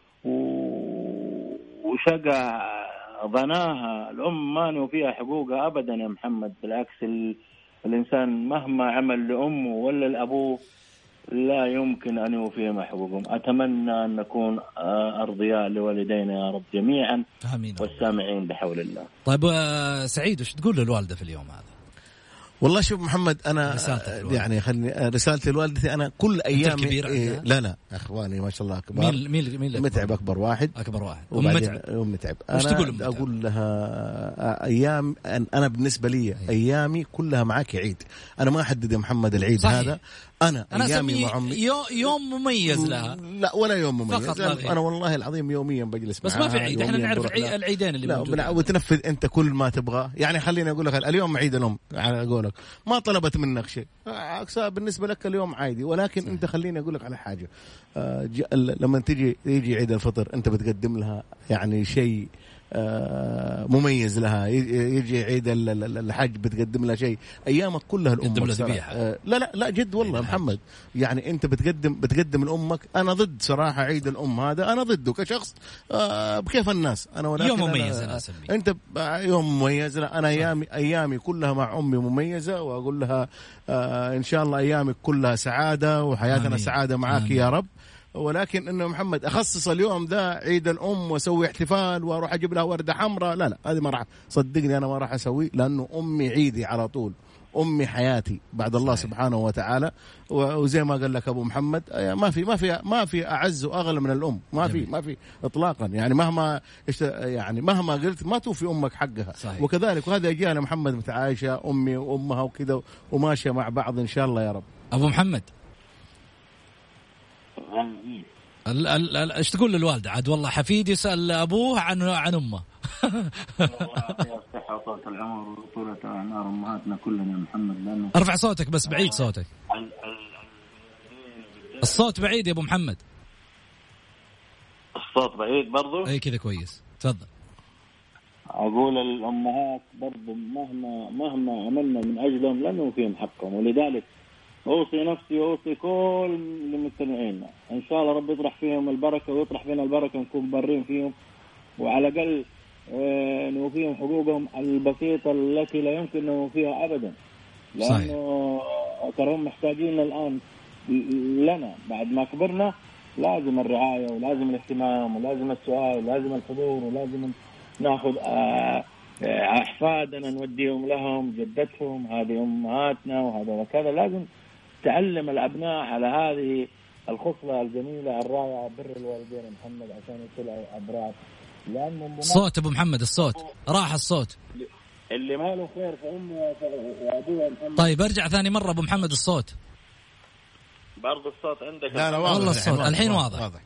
[SPEAKER 8] وشقى ظناها. الأم ما نوفيها حقوقها أبدا يا محمد، بالعكس الإنسان مهما عمل لأمه ولا لأبوه لا يمكن أن يوفيهم حقوقهم. أتمنى أن نكون أرضياء لوالدينا يا رب جميعا
[SPEAKER 5] آمين.
[SPEAKER 8] والسامعين بحول الله.
[SPEAKER 5] طيب سعيد وش تقول للوالدة في اليوم هذا؟
[SPEAKER 6] والله شوف محمد أنا يعني خلني رسالتي لوالدتي أنا كل أيام إيه لا لا أخواني ما شاء الله كبار.
[SPEAKER 5] مين مين مين
[SPEAKER 6] متعب أكبر واحد
[SPEAKER 5] أكبر واحد
[SPEAKER 6] ومتعب ومتعب.
[SPEAKER 5] وش تقول متعب؟
[SPEAKER 6] أقول لها أيام أنا بالنسبة لي أيامي كلها معك عيد. أنا ما أحدد يا محمد العيد صحيح. هذا أنا,
[SPEAKER 5] أنا
[SPEAKER 6] أيامي مع أمي
[SPEAKER 5] يوم مميز لها.
[SPEAKER 6] لا ولا يوم مميز أنا والله العظيم يوميا بجلس
[SPEAKER 5] بس ما في عيد. إحنا نعرف العيدين اللي موجودين
[SPEAKER 6] وتنفذ أنت كل ما تبغى. يعني خليني أقول لك اليوم عيد الأم على قولك ما طلبت منك شيء بالنسبة لك اليوم عادي. ولكن أنت خليني أقول لك على حاجة آه لما تيجي يجي عيد الفطر أنت بتقدم لها يعني شيء آه مميز لها. يجي عيد الحج بتقدم لها شيء. أيامك كلها الأم آه لا لا لا جد والله محمد يعني أنت بتقدم بتقدم لأمك. أنا ضد صراحة عيد الأم هذا أنا ضده كشخص آه بكيف الناس. أنا ولكن
[SPEAKER 5] يوم مميز أنا
[SPEAKER 6] أسميه أنت يوم مميز. أنا أيامي أيامي كلها مع أمي مميزة وأقول لها آه إن شاء الله أيامك كلها سعادة وحياتنا آمين. سعادة معاك آمين. يا رب. ولكن انه محمد اخصص اليوم ده عيد الام واسوي احتفال واروح اجيب لها ورده حمراء، لا لا هذه ما راح، صدقني انا ما راح اسوي، لانه امي عيدي على طول، امي حياتي بعد الله سبحانه وتعالى. وزي ما قال لك ابو محمد ما في ما في ما في اعز واغلى من الام، ما في ما في اطلاقا، يعني مهما يعني مهما قلت ما توفي امك حقها. صحيح. وكذلك وهذا اجيال محمد متعايشه امي وامها وكذا وماشيه مع بعض ان شاء الله يا رب.
[SPEAKER 5] ابو محمد ال ال ال ايش تقول للوالده عاد؟ والله حفيد يسال ابوه عن عن امه.
[SPEAKER 8] الصحة وطولة العمر وطولة أعمار أمهاتنا كلنا يا محمد. لأنه
[SPEAKER 5] ارفع صوتك بس بعيد صوتك. الصوت بعيد يا أبو محمد.
[SPEAKER 8] الصوت بعيد برضو؟
[SPEAKER 5] أي كذا كويس تفضل.
[SPEAKER 8] أقول الأمهات برضو مهما مهما عملنا من أجلهم لأنه فيهم حقهم، ولذلك أوصي نفسي وأوصي كل المستمعين إن شاء الله رب يطرح فيهم البركة ويطرح فينا البركة، نكون برين فيهم وعلى الأقل نوفيهم حقوقهم البسيطة التي لا يمكن نوفيها أبدا، لأنه تراهم محتاجين الآن لنا بعد ما كبرنا. لازم الرعاية ولازم الاهتمام ولازم السؤال ولازم الحضور ولازم ناخذ أحفادنا نوديهم لهم، جدتهم هذه أمهاتنا وهذا وكذا. لازم تعلم الأبناء على هذه الخصلة الجميلة الرائعة بر الوالدين محمد عشان يطلعوا أبرار.
[SPEAKER 5] صوت أبو محمد الصوت راح الصوت
[SPEAKER 8] اللي ما له خير فأمه وأبوه محمد.
[SPEAKER 5] طيب ارجع ثاني مرة أبو محمد الصوت
[SPEAKER 8] برضو الصوت عندك.
[SPEAKER 6] لا لا والله
[SPEAKER 5] الصوت الحين واضح. واضح.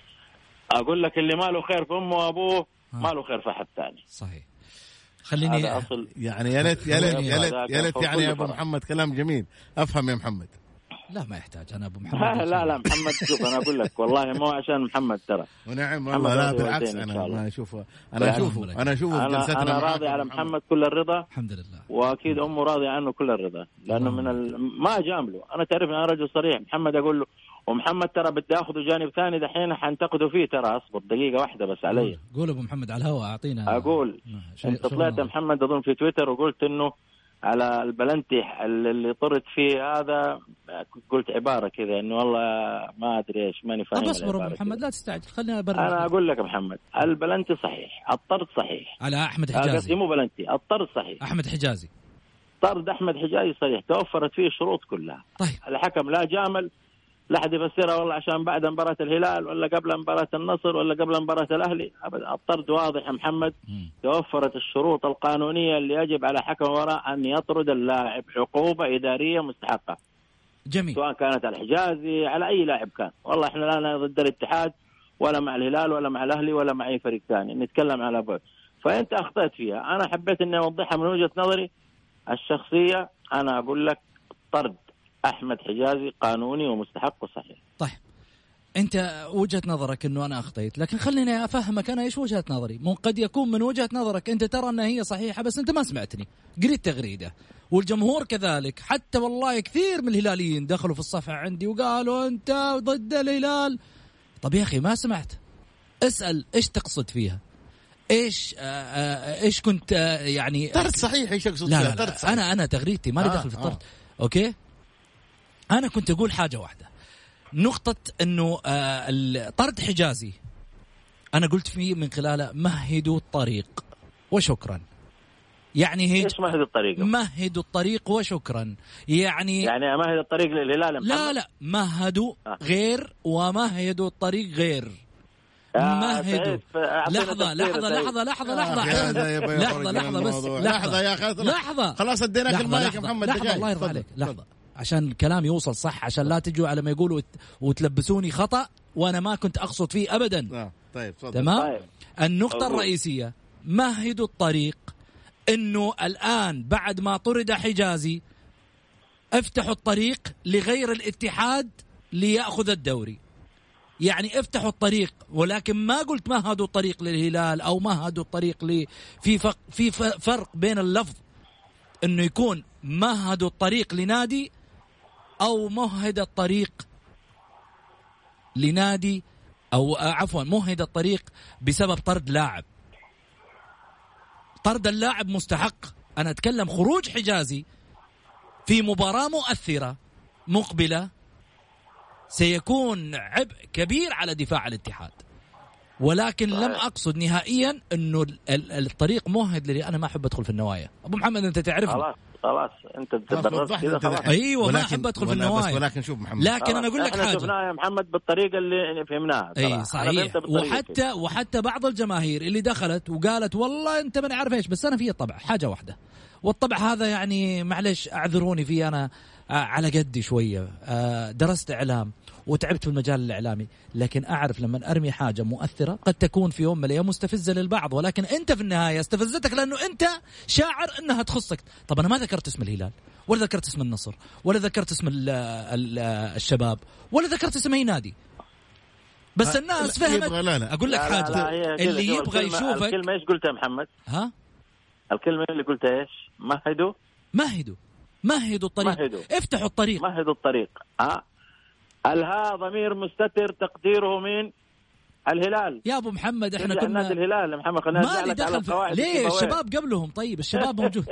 [SPEAKER 8] أقول لك اللي ما له خير فأمه وأبوه ما له خير في أحد ثاني.
[SPEAKER 5] صحيح. خليني
[SPEAKER 6] يعني يا ليت يا ليت يا ليت يا ليت يعني يا أبو محمد كلام جميل أفهم يا محمد.
[SPEAKER 5] لا ما يحتاج أنا أبو محمد.
[SPEAKER 8] لا لا محمد شوف أنا أقول لك والله مو عشان محمد ترى.
[SPEAKER 6] ونعم والله لا بالعكس أنا ما أشوفه أنا أشوفه أنا أشوفه
[SPEAKER 8] أنا, أنا راضي على محمد كل الرضا
[SPEAKER 5] الحمد لله،
[SPEAKER 8] وأكيد أمه راضي عنه كل الرضا لأنه من ال... ما جامله. أنا تعرف أنا رجل صريح. محمد أقول له ومحمد ترى بدي أخذه جانب ثاني دحين حنتقده فيه ترى، أصبر دقيقة واحدة بس علي.
[SPEAKER 5] قول أبو محمد على الهواء أعطينا.
[SPEAKER 8] أقول أنت طلعت محمد أظن في تويتر وقلت إنه على البلنتي اللي طرت فيه هذا قلت عبارة كذا إنه والله ما أدري إيش ماني فاهم.
[SPEAKER 5] أصبر أبو محمد لا تستعجل خلينا برا.
[SPEAKER 8] أنا أقول لك محمد البلنتي صحيح، الطرد صحيح
[SPEAKER 5] على أحمد حجازي.
[SPEAKER 8] قصدي مو بلنتي، الطرد صحيح.
[SPEAKER 5] أحمد حجازي
[SPEAKER 8] طرد أحمد حجازي صحيح، توفرت فيه الشروط كلها.
[SPEAKER 5] طيب.
[SPEAKER 8] الحكم لا جامل لا حد يفسرها والله عشان بعد مباراة الهلال ولا قبل مباراة النصر ولا قبل مباراة الأهلي أبدا. الطرد واضح يا محمد. م. توفرت الشروط القانونية اللي يجب على حكم وراء أن يطرد اللاعب عقوبة إدارية مستحقة.
[SPEAKER 5] جميل.
[SPEAKER 8] سواء كانت على الحجازي على أي لاعب كان. والله إحنا لا ضد الاتحاد ولا مع الهلال ولا مع الأهلي ولا مع أي فريق ثاني، نتكلم على بعض. فأنت أخطأت فيها. أنا حبيت إني أوضحها من وجهة نظري الشخصية. أنا أقول لك طرد أحمد حجازي قانوني ومستحق وصحيح.
[SPEAKER 5] طيب أنت وجهة نظرك إنه أنا أخطيت، لكن خليني أفهمك أنا إيش وجهة نظري. مو قد يكون من وجهة نظرك أنت ترى أنها هي صحيحة بس أنت ما سمعتني، قريت تغريدة والجمهور كذلك. حتى والله كثير من الهلاليين دخلوا في الصفحة عندي وقالوا أنت ضد الهلال. طب يا أخي ما سمعت، اسأل إيش تقصد فيها، إيش آآ آآ إيش كنت يعني
[SPEAKER 6] طرد صحيح. إيش أقصد
[SPEAKER 5] لا فيها؟ لا لا أنا أنا تغريدتي ما لي آه دخل في الطرد. آه. أوكي أنا كنت أقول حاجة واحدة، نقطة إنه آه طرد حجازي أنا قلت فيه من خلاله مهدوا الطريق وشكرا. يعني هي
[SPEAKER 8] إيش مهد الطريق؟
[SPEAKER 5] مهدوا الطريق وشكرا. يعني
[SPEAKER 8] يعني مهد الطريق للهلال.
[SPEAKER 5] لا لا مهدوا آه. غير ومهدوا الطريق غير. مهدوا لحظة لحظة لحظة لحظة لحظة لحظة لحظة بس
[SPEAKER 6] لحظة يا أخي
[SPEAKER 5] لحظة
[SPEAKER 6] خلاص اديناك المايك محمد.
[SPEAKER 5] لحظة الله يرضى عليك لحظة عشان الكلام يوصل صح، عشان لا تجوا على ما يقولوا وتلبسوني خطأ وأنا ما كنت أقصد فيه أبدا.
[SPEAKER 6] آه. طيب
[SPEAKER 5] تمام. طيب. النقطة أوه. الرئيسية مهدوا الطريق إنه الآن بعد ما طرد حجازي افتحوا الطريق لغير الاتحاد ليأخذ الدوري. يعني افتحوا الطريق، ولكن ما قلت مهدوا الطريق للهلال أو مهدوا الطريق ل في فرق في فرق بين اللفظ إنه يكون مهدوا الطريق لنادي أو مهد الطريق لنادي أو عفوا مهد الطريق بسبب طرد لاعب. طرد اللاعب مستحق. أنا أتكلم خروج حجازي في مباراة مؤثرة مقبلة سيكون عبء كبير على دفاع الاتحاد. ولكن لم أقصد نهائيا أنه الطريق مهد لي. أنا ما أحب أدخل في النوايا أبو محمد، أنت تعرفني.
[SPEAKER 8] خلاص خلاص أنت تبررت كذا خلاص.
[SPEAKER 5] أيوة ما أحب أدخل في النوايا.
[SPEAKER 6] ولكن شوف محمد،
[SPEAKER 5] لكن أنا أقول لك حاجة،
[SPEAKER 8] شفناها يا محمد بالطريقة اللي فهمناها.
[SPEAKER 5] أي صحيح. وحتى وحتى بعض الجماهير اللي دخلت وقالت والله أنت ما نعرف إيش، بس أنا في طبع حاجة واحدة، والطبع هذا يعني معلش أعذروني فيه، أنا على قدي شوية، درست إعلام وتعبت في المجال الإعلامي، لكن أعرف لما أرمي حاجة مؤثرة قد تكون في يوم من الأيام مستفزة للبعض، ولكن أنت في النهاية استفزتك لأنه أنت شاعر أنها تخصك. طب أنا ما ذكرت اسم الهلال، ولا ذكرت اسم النصر، ولا ذكرت اسم ال ال الشباب، ولا ذكرت اسم أي نادي، بس الناس فهمت. أقول لك حاجة، لا لا اللي يبغى يشوفك.
[SPEAKER 8] الكلمة إيش قلتها محمد؟
[SPEAKER 5] ها؟
[SPEAKER 8] الكلمة اللي قلتها إيش؟ مهدوا
[SPEAKER 5] مهدوا مهدوا الطريق،
[SPEAKER 8] مهدوا.
[SPEAKER 5] افتحوا الطريق،
[SPEAKER 8] مهدوا الطريق. ها؟ الها ضمير مستتر تقديره مين؟ الهلال
[SPEAKER 5] يا ابو محمد. احنا كنا
[SPEAKER 8] نادي الهلال محمد، خلينا
[SPEAKER 5] ما لي دخل في... ليه الشباب قبلهم؟ طيب الشباب موجود.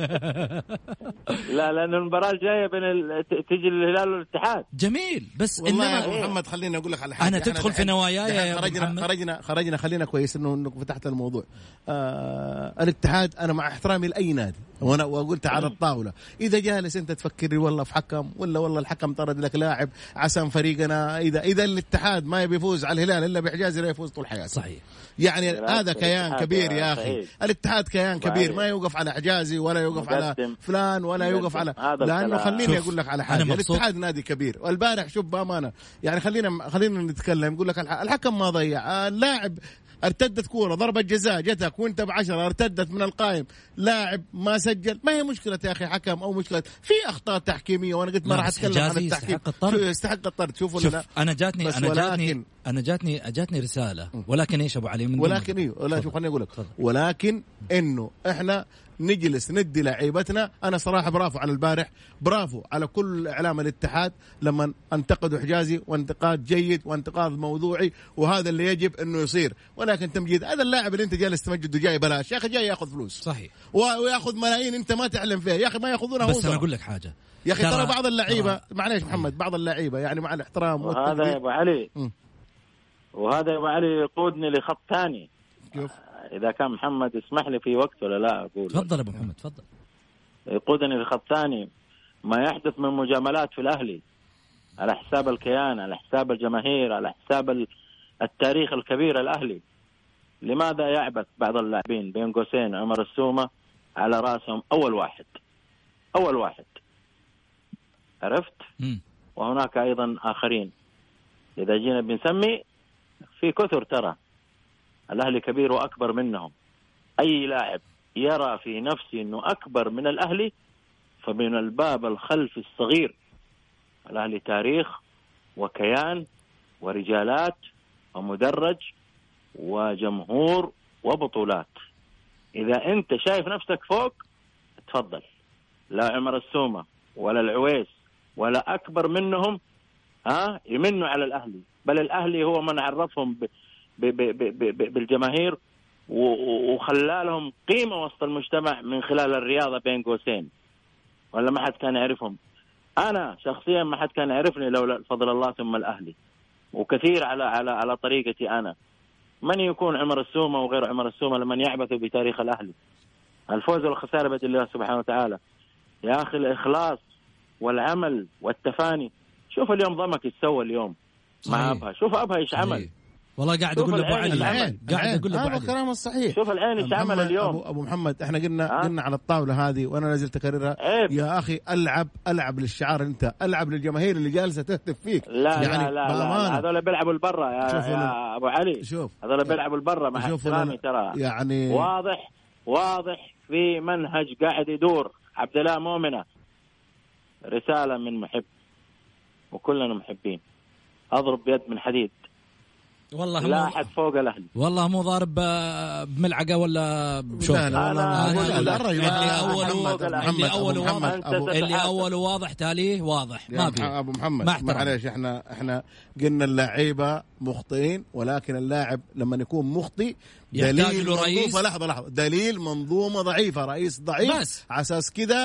[SPEAKER 8] لا لأن المباراة الجاية بين ال... تيجي الهلال والاتحاد.
[SPEAKER 5] جميل، بس
[SPEAKER 6] والله
[SPEAKER 5] انما
[SPEAKER 6] يا ابو محمد خليني اقول لك على حاجه.
[SPEAKER 5] انا تدخل في نواياي يا
[SPEAKER 6] خرجنا
[SPEAKER 5] محمد.
[SPEAKER 6] خرجنا خرجنا خلينا كويس انه انك فتحت الموضوع. آه... الاتحاد انا مع احترامي لاي نادي، وانا وقلت على الطاوله، اذا جالس انت تفكر والله في حكم، ولا والله الحكم طرد لك لاعب عشان فريقنا، اذا اذا الاتحاد ما يبي يفوز على الهلال الا بحجازي لا يفوز طول حياته.
[SPEAKER 5] صحيح.
[SPEAKER 6] يعني هذا كيان كبير يا أخي، الاتحاد كيان كبير، ما يوقف على حجازي ولا يوقف على فلان ولا يوقف على، لأنه خليني أقول لك على حاجة، الاتحاد نادي كبير. والبارح شوف بأمانة يعني خلينا خلينا نتكلم، يقول لك الحكم ما ضيع، اللاعب ارتدت كورة ضربة جزاء جتك وانت بعشرة، ارتدت من القائم، لاعب ما سجل، ما هي مشكلة يا أخي حكم أو مشكلة في أخطاء تحكيمية، وأنا قلت ما راح أتكلم عن التحكيم. يستحق الطرد. شوفوا
[SPEAKER 5] شوف
[SPEAKER 6] لا
[SPEAKER 5] أنا جاتني أنا جاتني أنا جاتني جاتني رسالة، ولكن إيش أبو علي من
[SPEAKER 6] ولكن إيه ولا شوف خليني أقول لك، ولكن إنه إحنا نجلس ندي لعيبتنا. أنا صراحة برافو على البارح، برافو على كل إعلام الاتحاد لما انتقدوا حجازي، وانتقاد جيد وانتقاد موضوعي، وهذا اللي يجب إنه يصير. ولكن تمجيد هذا اللاعب اللي أنت جالس تمجده جاي بلاش يا أخي، جاي يأخذ فلوس
[SPEAKER 5] صحيح،
[SPEAKER 6] ويأخذ ملايين أنت ما تعلم فيها يا أخي، ما يأخذونها.
[SPEAKER 5] بس أنا أقول لك حاجة
[SPEAKER 6] يا أخي، ترى بعض اللعيبة معليش محمد، بعض اللعيبة يعني مع الاحترام
[SPEAKER 8] وهذا يا أبو علي م. وهذا يا أبو علي يقودني لخط ثاني.
[SPEAKER 6] كيف؟
[SPEAKER 8] إذا كان محمد يسمح لي في وقت ولا لا أقول.
[SPEAKER 5] تفضل أبو محمد تفضل.
[SPEAKER 8] يقودني لخط ثاني، ما يحدث من مجاملات في الأهلي على حساب الكيان، على حساب الجماهير، على حساب التاريخ الكبير الأهلي. لماذا يعبث بعض اللاعبين بين قوسين عمر السومة على رأسهم أول واحد أول واحد عرفت م. وهناك أيضا آخرين. إذا جينا بنسمي في كثر، ترى الأهلي كبير وأكبر منهم. أي لاعب يرى في نفسه أنه أكبر من الأهلي فمن الباب الخلفي الصغير. الأهلي تاريخ وكيان ورجالات ومدرج وجمهور وبطولات. إذا أنت شايف نفسك فوق تفضل، لا عمر السومة ولا العويس ولا أكبر منهم ها يمنوا على الأهلي، بل الأهلي هو من عرفهم ب ب ب ب ب بالجماهير وخلالهم قيمة وسط المجتمع من خلال الرياضة بين قوسين. ولا ما حد كان يعرفهم. أنا شخصيا ما حد كان يعرفني لولا فضل الله ثم الأهلي، وكثير على على على طريقتي أنا. من يكون عمر السومة وغير عمر السومة لمن يعبث بتاريخ الأهلي؟ الفوز والخسارة بيد الله سبحانه وتعالى. يا أخي الإخلاص والعمل والتفاني. شوف اليوم ضمك يتسوى اليوم مع أبها، شوف أبها إيش عمل.
[SPEAKER 5] والله قاعد أقول لأبو علي، قاعد أقول لأبو علي
[SPEAKER 6] هذا كلام الصحيح.
[SPEAKER 8] شوف العين إيش عمل اليوم.
[SPEAKER 6] أبو, أبو محمد إحنا قلنا قلنا على الطاولة هذه وأنا نزلت أكررها يا أخي، ألعب ألعب للشعار، أنت ألعب للجماهير اللي جالسة تهتف فيك.
[SPEAKER 8] لا
[SPEAKER 6] يعني
[SPEAKER 8] لا لا, لا هذول بيلعبوا البرة يا, يا أبو علي.
[SPEAKER 6] شوف
[SPEAKER 8] هذول بيلعبوا البرة مع احترامي، ترى
[SPEAKER 6] يعني
[SPEAKER 8] واضح واضح في منهج قاعد يدور. عبد الله مؤمنة رسالة من محب، وكلنا محبين. أضرب بيد من حديد،
[SPEAKER 5] والله
[SPEAKER 8] لا أحد فوق الأهلي.
[SPEAKER 5] والله مو ضارب بملعقة ولا بشوك.
[SPEAKER 6] لا لا لا لا
[SPEAKER 5] اللي أوله اللي أوله واضح اللي أوله واضح تاليه واضح. ما في
[SPEAKER 6] أبو محمد معليش، إحنا إحنا قلنا اللاعيبة مخطئين، ولكن اللاعب لما يكون مخطئ دليل منظومة. لحظة لحظة دليل منظومة ضعيفة، رئيس ضعيف، على أساس كذا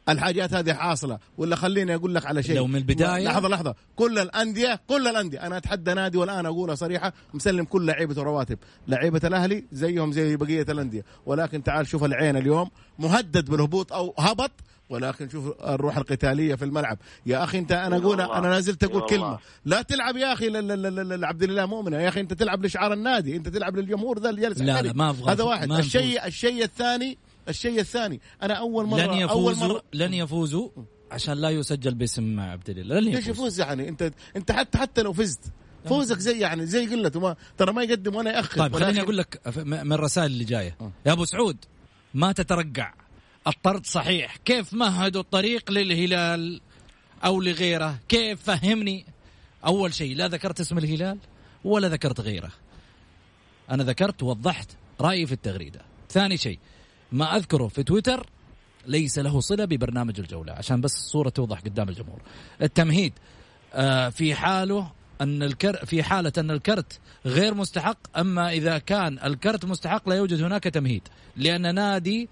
[SPEAKER 6] الحاجات هذه حاصله ولا خليني اقول لك على شيء
[SPEAKER 5] لو من البدايه
[SPEAKER 6] لحظه لحظه كل الانديه كل الانديه انا اتحدى نادي والان اقولها صريحه مسلم كل لعيبه رواتب لعيبه الاهلي زيهم زي بقيه الانديه ولكن تعال شوف العين اليوم مهدد بالهبوط او هبط ولكن شوف الروح القتاليه في الملعب يا اخي انت انا اقول انا نازلت اقول كلمه لا تلعب يا اخي لعبد الله مؤمن يا اخي انت تلعب لشعار النادي انت تلعب للجمهور ذا اللي جالس
[SPEAKER 5] لا لا ما
[SPEAKER 6] هذا واحد الشيء الشيء الثاني الشيء الثاني انا اول مره
[SPEAKER 5] لن يفوزوا
[SPEAKER 6] أول مرة
[SPEAKER 5] لن يفوزوا عشان لا يسجل باسم عبد الله لن
[SPEAKER 6] يفوز. يفوز يعني انت انت حتى حتى لو فزت فوزك زي يعني زي قلته ما ترى ما يقدم وانا ياخر.
[SPEAKER 5] طيب خليني اقول لك من الرسائل اللي جايه أه. يا ابو سعود ما تترقع الطرد صحيح كيف مهدوا الطريق للهلال او لغيره كيف فهمني اول شيء لا ذكرت اسم الهلال ولا ذكرت غيره انا ذكرت وضحت رايي في التغريده. ثاني شيء ما أذكره في تويتر ليس له صلة ببرنامج الجولة عشان بس الصورة توضح قدام الجمهور. التمهيد آه في حاله أن الكر في حالة أن الكرت غير مستحق أما إذا كان الكرت مستحق لا يوجد هناك تمهيد لأن نادي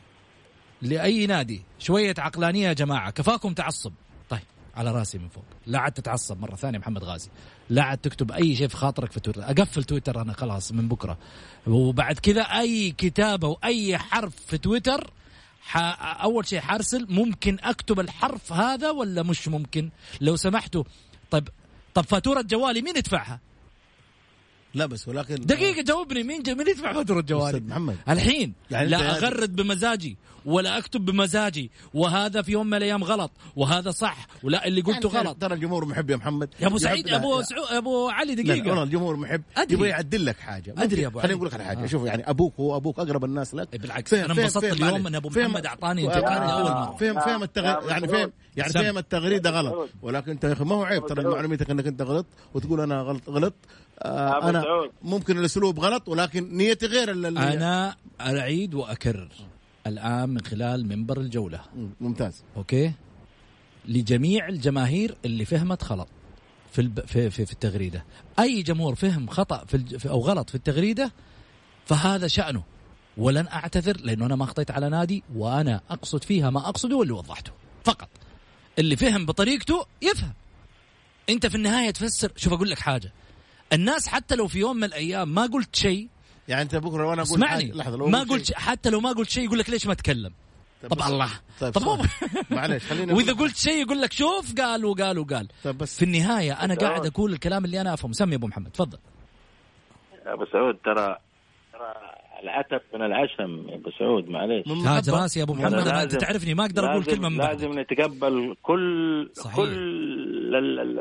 [SPEAKER 5] لأي نادي شوية عقلانية يا جماعة كفاكم تعصب. طيب على راسي من فوق لا عاد تتعصب مرة ثانية محمد غازي لا عاد تكتب أي شيء في خاطرك في تويتر أقفل تويتر أنا خلاص من بكرة وبعد كذا أي كتابة وأي حرف في تويتر أول شيء حارسل ممكن أكتب الحرف هذا ولا مش ممكن لو سمحتوا. طيب طب فاتورة جوالي مين يدفعها
[SPEAKER 6] لا بس ولكن
[SPEAKER 5] دقيقة جاوبني مين مين يدفع فاتورة جوالي
[SPEAKER 6] محمد
[SPEAKER 5] الحين
[SPEAKER 6] يعني
[SPEAKER 5] لا أغرد بمزاجي ولا أكتب بمزاجي وهذا في يوم من الأيام غلط وهذا صح ولا اللي قلته
[SPEAKER 6] يعني
[SPEAKER 5] غلط.
[SPEAKER 6] ترى الجمهور محب يا محمد
[SPEAKER 5] يا أبو سعيد يا أبو سعو... يا أبو علي دقيقة
[SPEAKER 6] لا الجمهور محب يبغى يعدل لك حاجة
[SPEAKER 5] أدري يا أبو
[SPEAKER 6] خليني أقول لك على حاجة آه. شوف يعني أبوك هو أبوك أقرب الناس لك
[SPEAKER 5] بالعكس أنا انبسطت اليوم أن أبو محمد أعطاني انتقاد أول مرة
[SPEAKER 6] فهم فهم التغ... يعني فهم يعني فهم التغريدة غلط ولكن أنت يا أخي ما هو عيب ترى معلوماتك أنك أنت غلط وتقول أنا غلط غلط آه أنا ممكن الأسلوب غلط ولكن نيتي غير اللي
[SPEAKER 5] أنا أعيد وأكرر الآن من خلال منبر الجولة
[SPEAKER 6] ممتاز
[SPEAKER 5] أوكي لجميع الجماهير اللي فهمت خلط في الب... في في, في التغريدة أي جمهور فهم خطأ في الج... أو غلط في التغريدة فهذا شأنه ولن أعتذر لأنه أنا ما أخطيت على نادي وأنا أقصد فيها ما أقصده واللي وضحته فقط. اللي فهم بطريقته يفهم. أنت في النهاية تفسر. شوف أقول لك حاجة الناس حتى لو في يوم من الأيام ما قلت شيء
[SPEAKER 6] يعني أنت بكرة وأنا أقول
[SPEAKER 5] اسمعني ما قلت حتى لو ما قلت شيء يقول لك ليش ما تكلم طب, طب الله
[SPEAKER 6] طيب
[SPEAKER 5] طب
[SPEAKER 6] معلش خلينا
[SPEAKER 5] وإذا قلت شيء يقول لك شوف قال وقال وقال
[SPEAKER 6] طب بس
[SPEAKER 5] في النهاية أنا قاعد أقول الكلام اللي أنا أفهم. سمي أبو محمد تفضل.
[SPEAKER 8] أبو سعود ترى ترى العتب من العشم يا أبو سعود معليش
[SPEAKER 5] تاج راسي يا أبو محمد أنا أنت تعرفني ما أقدر أقول كلمة من بعدك.
[SPEAKER 8] لازم نتقبل كل صحيح. كل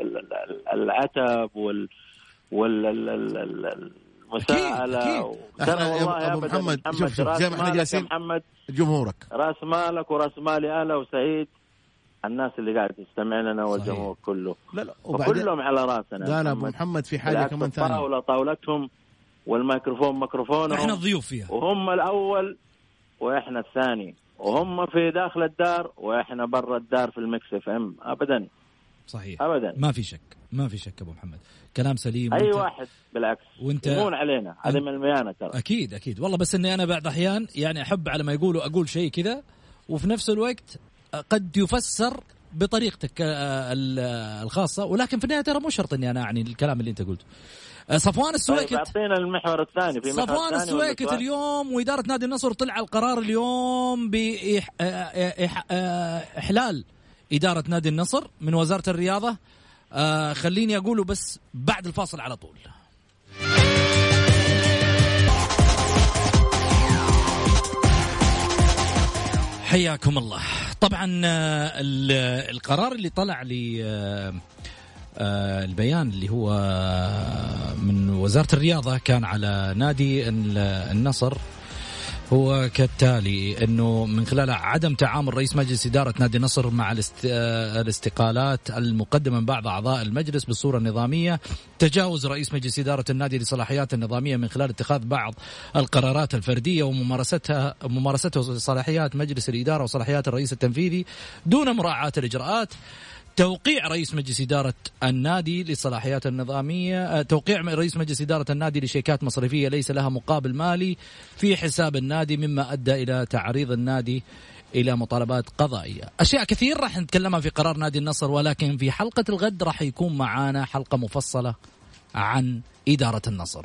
[SPEAKER 8] العتب وال وال مساءلة
[SPEAKER 6] ترى والله أبو محمد شوف شوف زي ما احنا جالسين
[SPEAKER 8] محمد
[SPEAKER 6] جمهورك
[SPEAKER 8] راس مالك وراس مالي أهلا وسعيد الناس اللي قاعد تستمع لنا والجمهور كله
[SPEAKER 6] لا لا
[SPEAKER 8] وكلهم على راسنا.
[SPEAKER 6] لا لا أبو محمد في حاجة كمان ثانية
[SPEAKER 8] طاولة طاولتهم والميكروفون ميكروفونهم
[SPEAKER 5] احنا الضيوف فيها
[SPEAKER 8] وهم الأول وإحنا الثاني وهم في داخل الدار وإحنا برا الدار في المكس اف ام أبدا
[SPEAKER 5] صحيح
[SPEAKER 8] أبدا
[SPEAKER 5] ما في شك ما في شك أبو محمد كلام سليم
[SPEAKER 8] أي واحد بالعكس
[SPEAKER 5] وانت
[SPEAKER 8] يمون علينا هذه من الميانة ترى
[SPEAKER 5] أكيد أكيد والله بس إني أنا بعض أحيان يعني أحب على ما يقولوا أقول شيء كذا وفي نفس الوقت قد يفسر بطريقتك الخاصة ولكن في النهاية ترى مو شرط إني أنا أعني الكلام اللي أنت قلته. صفوان السويكت
[SPEAKER 8] طيب أعطينا المحور الثاني في
[SPEAKER 5] صفوان السويكت اليوم وإدارة نادي النصر طلع القرار اليوم بإحلال إدارة نادي النصر من وزارة الرياضة. آه خليني أقوله بس بعد الفاصل على طول. حياكم الله. طبعا القرار اللي طلع لي البيان اللي هو من وزارة الرياضة كان على نادي النصر هو كالتالي أنه من خلال عدم تعامل رئيس مجلس إدارة نادي النصر مع الاستقالات المقدمة من بعض أعضاء المجلس بالصورة النظامية، تجاوز رئيس مجلس إدارة النادي لصلاحيات النظامية من خلال اتخاذ بعض القرارات الفردية وممارستها ممارسته صلاحيات مجلس الإدارة وصلاحيات الرئيس التنفيذي دون مراعاة الإجراءات، توقيع رئيس مجلس إدارة النادي للصلاحيات النظامية، توقيع رئيس مجلس إدارة النادي لشيكات مصرفية ليس لها مقابل مالي في حساب النادي مما أدى إلى تعريض النادي إلى مطالبات قضائية. أشياء كثير راح نتكلمها في قرار نادي النصر، ولكن في حلقة الغد راح يكون معانا حلقة مفصلة عن إدارة النصر.